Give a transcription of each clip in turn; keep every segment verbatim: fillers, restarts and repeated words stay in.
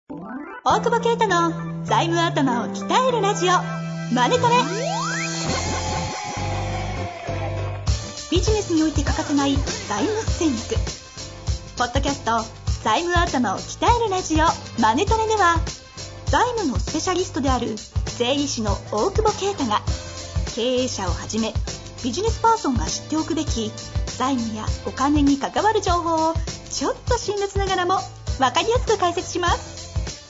大久保啓太の財務頭を鍛えるラジオマネトレ。ビジネスにおいて欠かせない財務戦略。ポッドキャスト財務頭を鍛えるラジオマネトレでは、財務のスペシャリストである税理士の大久保啓太が、経営者をはじめビジネスパーソンが知っておくべき財務やお金に関わる情報をちょっと辛辣ながらも分かりやすく解説します。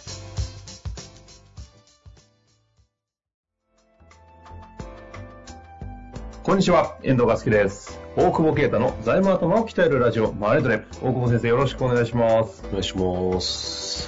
こんにちは、遠藤和樹です。大久保啓太の財務頭を鍛えるラジオマネトレ。大久保先生、よろしくお願いします。 お願いします。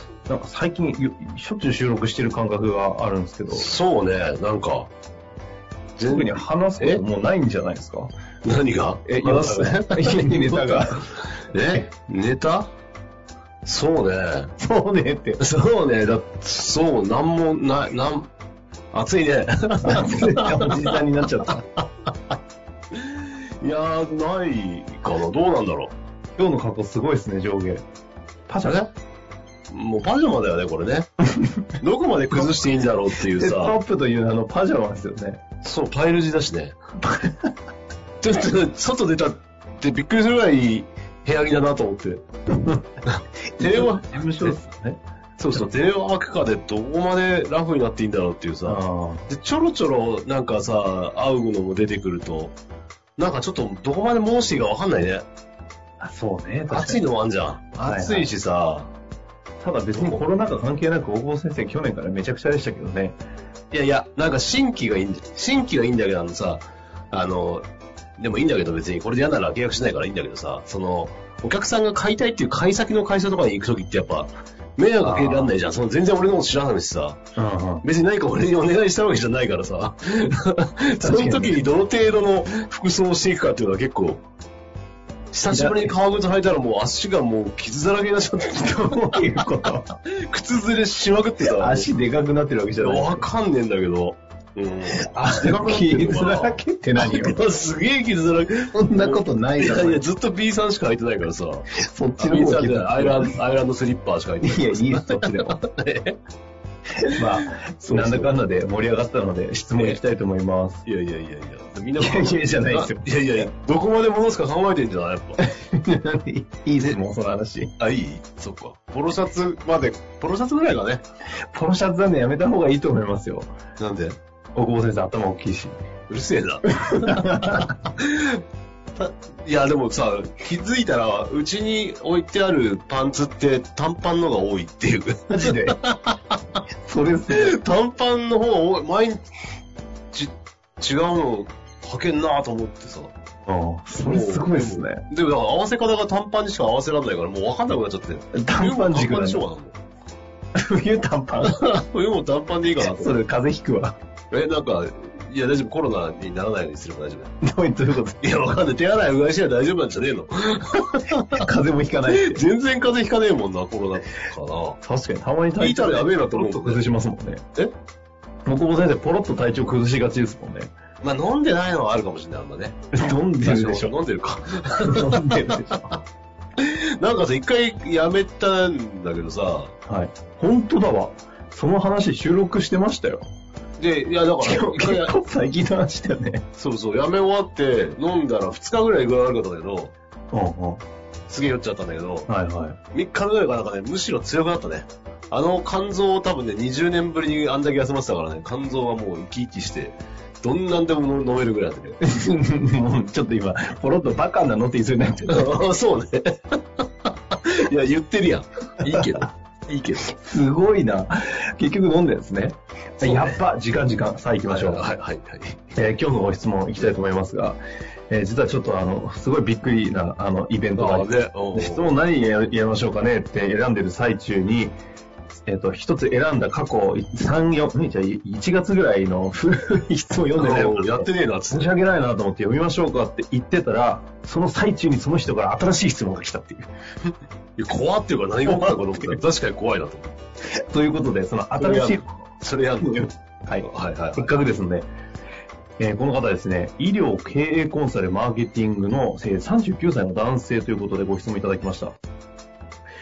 なんか最近しょっちゅう収録してる感覚があるんですけど。 そうね、なんか特に話すこともうないんじゃないですか。 何が？ え、言いますネタが。 えネタ？そうね。 そうねって。 そうね。だそう、なんもない、なん、暑いね。 暑いおじさんになっちゃった。 いやー、ないかな。どうなんだろう。 今日の格好すごいですね、上下。パジャマ？ もうパジャマだよね、これね。どこまで崩していいんだろうっていうさ。 セットアップという名のパジャマですよね。 そう、パイル地だしね。ちょっと、外出たってびっくりするぐらい部屋着だなと思って。電話、 事務所ですよね。 そうそう、電話開くかでどこまでラフになっていいんだろうっていうさ。で、ちょろちょろなんかさ、会うのも出てくると、なんかちょっとどこまで戻していいかわかんないね。 あ、そうね。 暑いのもあんじゃん。暑いしさ。はいはい、 ただ別にコロナ禍関係なく大久保先生去年からめちゃくちゃでしたけどね。 いやいや、なんか新規がいいんだ新規がいいんだけど、あのさ、あの、でもいいんだけど別にこれで嫌なら契約しないからいいんだけどさ、その、お客さんが買いたいっていう買い先の会社とかに行くときってやっぱ、迷惑かけらんないじゃん。その全然俺のこと知らないしさ、うんうん。別に何か俺にお願いしたわけじゃないからさ、その時にどの程度の服装をしていくかっていうのは結構、久しぶりに革靴履いたらもう足がもう傷だらけになっちゃってどういうこと靴ずれしまくってた。 足でかくなってるわけじゃない。 わかんねえんだけど。うん、足でかくなってるのかな。傷だらけって何よ。 すげえ傷だらけ。 そんなことないだろ。 いやいや、ずっと ビーさんしか履いてないからさ。 そっちの方が傷アイランド、アイランドスリッパーしか履いてない。 いや、いいよ、そっちでも。まあ、そうそうなんだかんだで盛り上がったので質問いきたいと思います。 いやいやいやいや。みんな、 いやいやじゃないですよ。 いやいや、どこまで戻すか考えてんじゃないやっぱ。いいですもん、その話。 あ、いい？そっか。ポロシャツまで、ポロシャツぐらいかね。 ポロシャツはね、やめた方がいいと思いますよ。 なんで？ 大久保先生頭大きいし。 うるせえな。いや、でもさ、気づいたら、うちに置いてあるパンツって短パンのが多いっていう。 マジでそれですね。 短パンの方が多い。毎日違うの履けんなと思ってさ。 ああ、それすごいですね。 でもだから合わせ方が短パンにしか合わせられないから、もう分かんなくなっちゃって。 短パン軸でしょうか冬短パン冬も短パンでいいかなと。 それ風邪ひくわ。 え、なんか、いや大丈夫、コロナにならないようにすれば大丈夫。 どういうこといや、わかんない。手洗いうがいしない大丈夫なんじゃねえの風邪もひかない。 全然風邪ひかねえもんな、コロナかな。 確かに、たまに体調やべえなと思うと崩しますもんね。 え大久保先生、ポロッと体調崩しがちですもんね。 まあ、飲んでないのはあるかもしれない、あんまね。 飲んでるでしょ。 飲んでるか。 飲んでるでしょ。 なんかさ、一回やめたんだけどさ。 はい。本当だわ。その話収録してましたよ。 で、いや、だから、 結構最近の話だよね。 そうそう、やめ終わって、飲んだらふつかぐらい具合悪かったんだけど、 うんうん。 すげえ酔っちゃったんだけど、 はいはい。 みっかぐらいかなんかね、むしろ強くなったね。あの肝臓を多分ね、にじゅうねんぶりにあんだけ休ませたからね、肝臓はもう生き生きして、どんなんでも飲めるぐらいだったけど。 もうちょっと今、ポロッとバカなのって言いそうになってる。 そうね。いや、言ってるやん。いいけど。いいけど。 すごいな。結局飲んでるんですね。ねやっぱ、時間時間。さあ行きましょう。 はいはいはい。 えー、今日のご質問いきたいと思いますが、えー、実はちょっとあの、すごいびっくりな、あの、イベントがあって、質問何やりましょうかねって選んでる最中に、えっと、一つ選んだ過去さん、よん、じゃあいちがつぐらいの古い質問読んでないのやってねえなって。 申し訳ないなと思って読みましょうかって言ってたら、その最中にその人から新しい質問が来たっていう。 いや怖っていうか何が起こったかと思って確かに怖いなと思って。 ということで、その新しい、 それやんのよ。 はい。 はいはい。 せっかくですので、えー、この方ですね、医療経営コンサルマーケティングのさんじゅうきゅうさいの男性ということでご質問いただきました。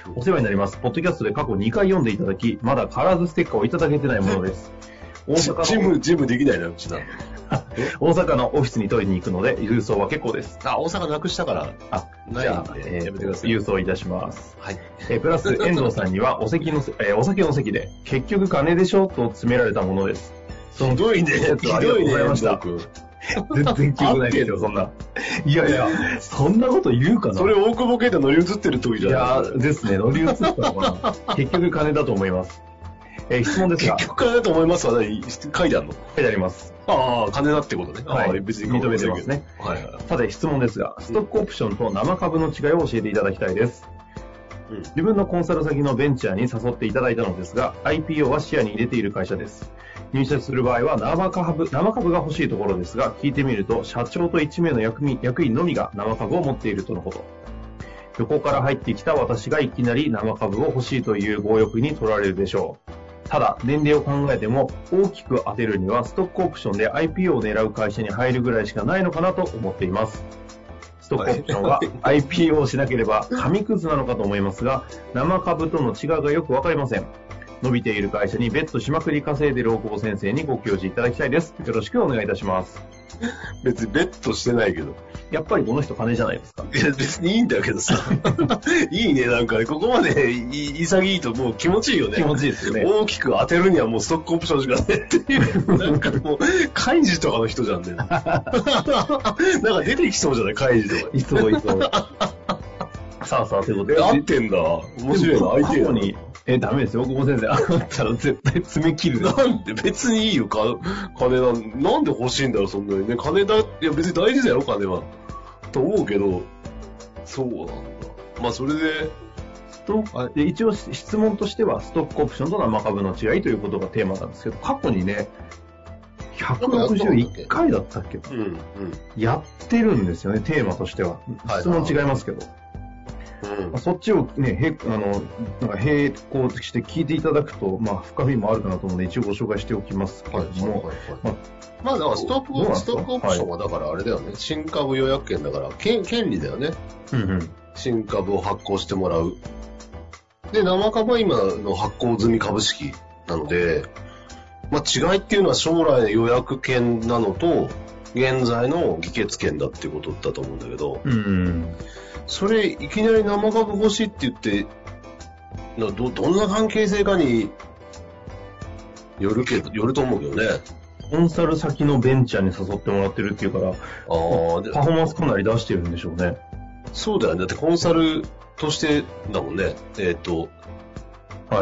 お世話になります。ポッドキャストで過去にかい読んでいただき、まだカラーズステッカーをいただけてないものです。 大阪ジム、ジムできないな、うちな。 大阪のオフィスに取りに行くので、郵送は結構です。 あ、大阪なくしたから。 あ、 ないんで、えー、やめてください。 郵送いたします。 はい。 えー、プラス、遠藤さんにはお席の、えー、お酒の席で、結局金でしょと詰められたものです。 ひどいね。 ひどいね。ありがとうございました。全然記憶ないですよ、そんな。いやいや、そんなこと言うかな。 それ大久保圭太乗り移ってる時じゃないいやですね、乗り移ったのかな。結局金だと思います。えー、質問ですが。 結局金だと思いますは何書いてあるの？ 書いてあります。 ああ、金だってことね。 はい。別に認めてますね。 はいはい。 さて質問ですが、ストックオプションと生株の違いを教えていただきたいです。うん、自分のコンサル先のベンチャーに誘っていただいたのですが、アイピーオー は視野に入れている会社です。入社する場合は生株、生株が欲しいところですが、聞いてみると、社長といち名の役員、役員のみが生株を持っているとのこと。横から入ってきた私がいきなり生株を欲しいという強欲に取られるでしょう。ただ、年齢を考えても大きく当てるにはストックオプションで アイピーオー を狙う会社に入るぐらいしかないのかなと思っています。ストックオプションは アイピーオー をしなければ紙くずなのかと思いますが、生株との違いがよくわかりません。伸びている会社にベットしまくり稼いでいる大久保先生にご教示いただきたいです。よろしくお願いいたします。 別にベットしてないけど。 やっぱりこの人金じゃないですか。 いや別にいいんだけどさ。いいね、なんかここまで潔いともう気持ちいいよね。 気持ちいいですよね。 大きく当てるにはもうストックオプションしかねっていう。なんかもう、カイジとかの人じゃんね。なんか出てきそうじゃない、カイジとか。 いそういそう。さあさあ、ということで。 合ってんだ。面白いな、相手やな。 え、ダメですよ、大久保先生。あったら絶対詰め切る。 なんで別にいいよ、か金な、なんで欲しいんだろう、そんなにね。金だ、いや別に大事だよ、金は。と思うけど、そうなんだ。まあそれで、 ストック、一応質問としては、ストックオプションと生株の違いということがテーマなんですけど、過去にね、ひゃくろくじゅういっかいだったっけ、うんうん、やってるんですよね、テーマとしては。質問違いますけど。うん、そっちをね、へあのなんか並行して聞いていただくと、まあ、深みもあるかなと思うので、一応ご紹介しておきますけれども。はいはいはいまあ、まあ、だからストック、ストックオプションはだからあれだよね、はい、新株予約権だから、権利だよね、うんうん。新株を発行してもらう。で、生株は今の発行済み株式なので、まあ、違いっていうのは将来の予約権なのと、現在の議決権だっていうことだと思うんだけど、うんうんそれ、いきなり生株欲しいって言って、ど、どんな関係性かによるけど、よると思うけどね。 コンサル先のベンチャーに誘ってもらってるっていうから、あパフォーマンスかなり出してるんでしょうね。 そうだよね。だってコンサルとしてだもんね。えっと、 はい。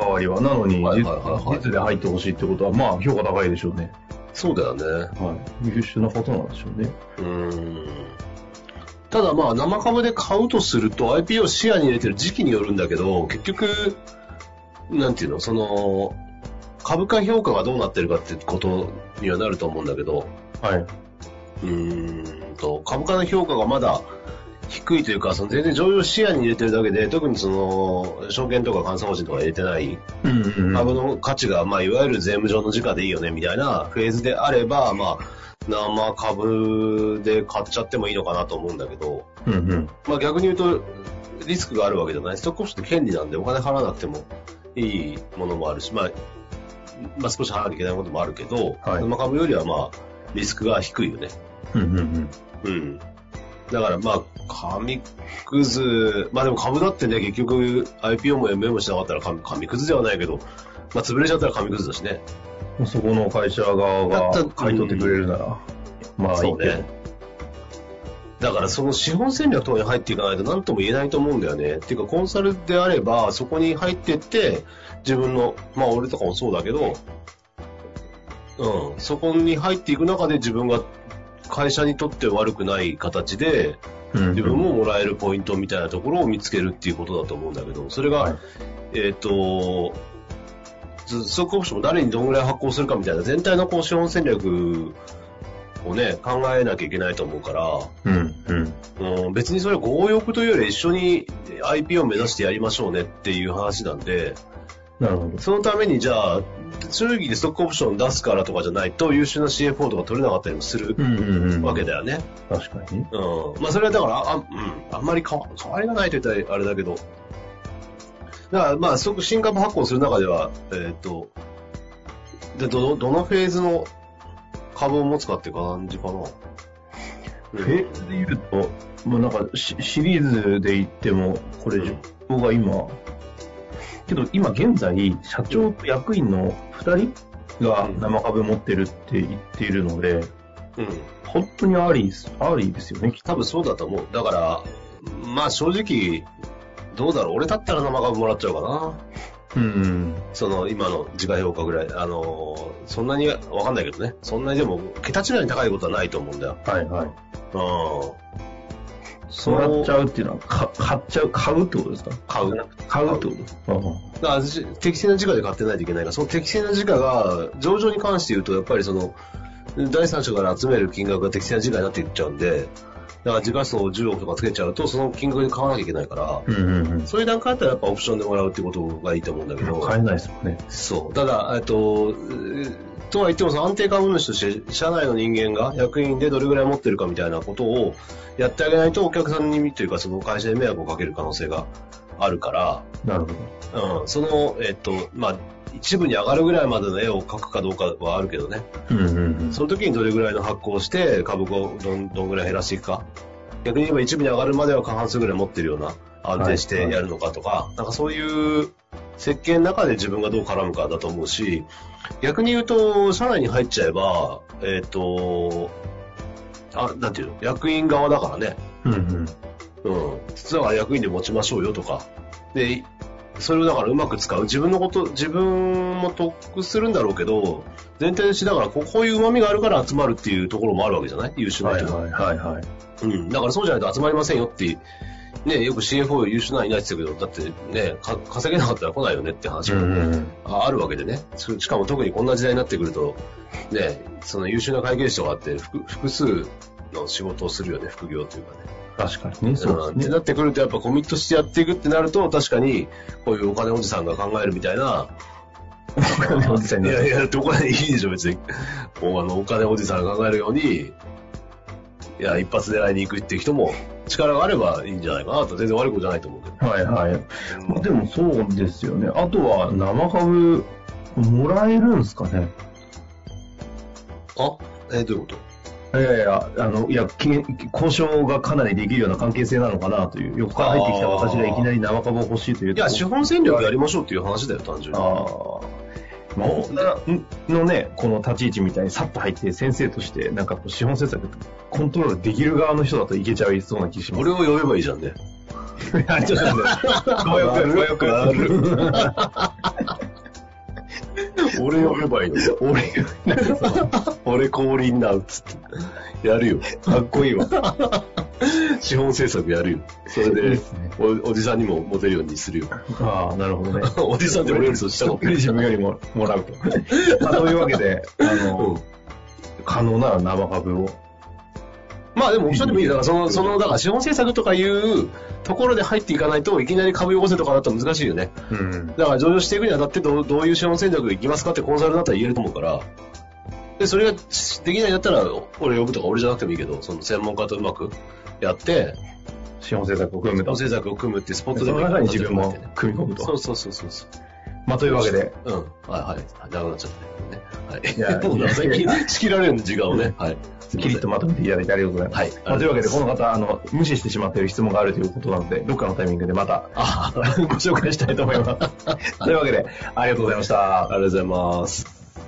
関わりは。なのに、はいはいはいはい、実で入ってほしいってことは、まあ、評価高いでしょうね。 そうだよね。 はい。優秀なことなんでしょうね。うーん。 ただまあ生株で買うとすると アイピーオー を視野に入れてる時期によるんだけど、結局、なんていうの、その、株価評価がどうなってるかってことにはなると思うんだけど、はい。うーんと、株価の評価がまだ低いというか、その全然上場視野に入れてるだけで、特にその、証券とか監査法人とか入れてない、うんうんうん、株の価値が、まあいわゆる税務上の時価でいいよねみたいなフェーズであれば、まあ、生株で買っちゃってもいいのかなと思うんだけど、うんうん、まあ逆に言うとリスクがあるわけじゃない。ストックオプションって権利なんでお金払わなくてもいいものもあるし、まあ、まあ少し払わなきゃいけないこともあるけど、はい、生株よりはまあリスクが低いよね。うんうんうんうん、だからまあ紙くず、まあでも株だってね結局 アイピーオー も エムエー もしなかったら紙、紙くずではないけど、まあ潰れちゃったら紙くずだしね。 そこの会社側が買い取ってくれるなら、うん、まあいいけど、ね、 だからその資本戦略等に入っていかないと何とも言えないと思うんだよね。っていうかコンサルであればそこに入ってって自分の、まあ俺とかもそうだけど、うん、そこに入っていく中で自分が会社にとって悪くない形で自分ももらえるポイントみたいなところを見つけるっていうことだと思うんだけど、それが、はい、えっとストックオプションも誰にどのぐらい発行するかみたいな全体のこう資本戦略をね考えなきゃいけないと思うから、うんうんうん、別にそれは強欲というより一緒に アイピーオー を目指してやりましょうねっていう話なんで、なるほど。そのためにじゃあ正直でストックオプション出すからとかじゃないと優秀な シーエフオー とか取れなかったりもするわけだよね。 うんうんうん、確かに。 うん。まあそれはだからあ、うん、あんまり変わりがないと言ったらあれだけど。 だからまあ、すごく新株発行する中では、えっと、で、どの、どのフェーズの株を持つかって感じかな。 フェーズで言うと、まあなんかシリーズで言っても、これ、自分が今、けど今現在、社長と役員のふたりが生株持ってるって言っているので、 うん。 本当にアーリー、アーリーですよね。 多分そうだと思う。だから、まあ正直、どうだろう。俺だったら生株もらっちゃうかな。 うん。 その今の時価評価ぐらい。あのー、そんなにわかんないけどね。そんなにでも、桁違いに高いことはないと思うんだよ。 はいはい。 うん。 もらっちゃうっていうのは、か買っちゃう、買うってことですか？ 買う。 買うってことうん。 だから私、適正な時価で買ってないといけないから、その適正な時価が、上場に関して言うと、やっぱりその、第三者から集める金額が適正な時価になっていっちゃうんで、だから時価総じゅうおくとかつけちゃうと、その金額で買わなきゃいけないから、 うんうんうん、 そういう段階だったらやっぱオプションでもらうってことがいいと思うんだけど。 買えないですもんね。 そう。ただ、えっと、とは言ってもその安定株主として社内の人間が役員でどれぐらい持ってるかみたいなことをやってあげないとお客さんにというかその会社に迷惑をかける可能性があるから。 なるほど。うん。その、えっと、まあ、一部に上がるぐらいまでの絵を描くかどうかはあるけどね。 うんうんうん。 その時にどれぐらいの発行して株をどんどんぐらい減らしていくか。逆に言えば一部に上がるまでは過半数ぐらい持ってるような安定してやるのかとか、はいはい、なんかそういう設計の中で自分がどう絡むかだと思うし、逆に言うと社内に入っちゃえば、えっと、あ、なんていうの、役員側だからね。 うんうん。 うん。実は役員で持ちましょうよとか。で、それをだからうまく使う。自分のこと、自分も得するんだろうけど、全体としてだからこういう旨味があるから集まるっていうところもあるわけじゃない？優秀な人が。 はいはいはいはい。 うん。だからそうじゃないと集まりませんよって、ね、よく シーエフオー 優秀ないないって言ってたけど、だってね、か稼げなかったら来ないよねって話も、うんうん、あるわけでね。しかも特にこんな時代になってくると、ね、その優秀な会計士とかって複、複数の仕事をするよね、副業というかね。 確かにね、そうですね。 ってなってくるとやっぱコミットしてやっていくってなると、確かにこういうお金おじさんが考えるみたいな、 お金おじさんに。 いやいや、お金いいでしょ、別に。もうあの、お金おじさんが考えるように、いや、一発狙いに行くっていう人も力があればいいんじゃないかなと、全然悪いことじゃないと思うけど。 はいはい。うん、でもそうですよね。あとは生株もらえるんですかね。 あ、えー、どういうこと？ いやいや、あの、いや、交渉がかなりできるような関係性なのかなという、横から入ってきた私がいきなり生株を欲しいという。 いや、資本戦略やりましょうっていう話だよ、単純に。ああ。 まあ、のね、この立ち位置みたいにさっと入って先生としてなんかこう資本政策コントロールできる側の人だといけちゃいそうな気します。 俺を呼べばいいじゃんね。 いや、ちょっとね、 よくある。俺呼べばいいの。俺、俺降臨なうっつって。やるよ。かっこいいわ。資本政策やるよ。それで、ね、お, おじさんにもモテるようにするよ。 ああ、なるほどね。 おじさんって俺よりと下の子。自分よりももらうと。まあ、というわけで、あの、うん、可能なら生株を。 まあでもおっしゃってもいいよ。だからその、その、だから資本政策とかいうところで入っていかないといきなり株よこせとかだと難しいよね。うん。だから上場していくにあたってどう、どういう資本戦略でいきますかってコンサルだったら言えると思うから。で、それができないんだったら、俺呼ぶとか俺じゃなくてもいいけど、その専門家とうまくやって、 資本政策を組むと。 資本政策を組むってスポットでもいい。その中に自分も組み込むと。 そうそうそうそうそう。 まあというわけで。 うん。はいはい。長くなっちゃったね。はい。いや、どうだ、最近仕切られる時間をね。はい。 きりっとまとめていただいてありがとうございます。はい。まあ、というわけで、この方、あの、無視してしまっている質問があるということなので、どっかのタイミングでまた、あご紹介したいと思います。というわけで、ありがとうございました。 ありがとうございます。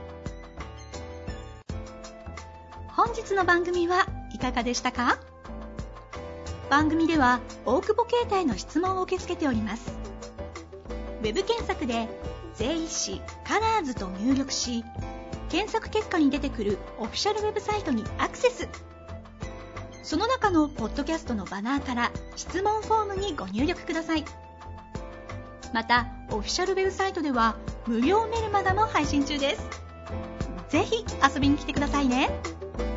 本日の番組はいかがでしたか？番組では大久保携帯の質問を受け付けております。ウェブ検索で税理士カラーズと入力し、検索結果に出てくるオフィシャルウェブサイトにアクセス。その中のポッドキャストのバナーから質問フォームにご入力ください。またオフィシャルウェブサイトでは無料メルマガも配信中です。ぜひ遊びに来てくださいね。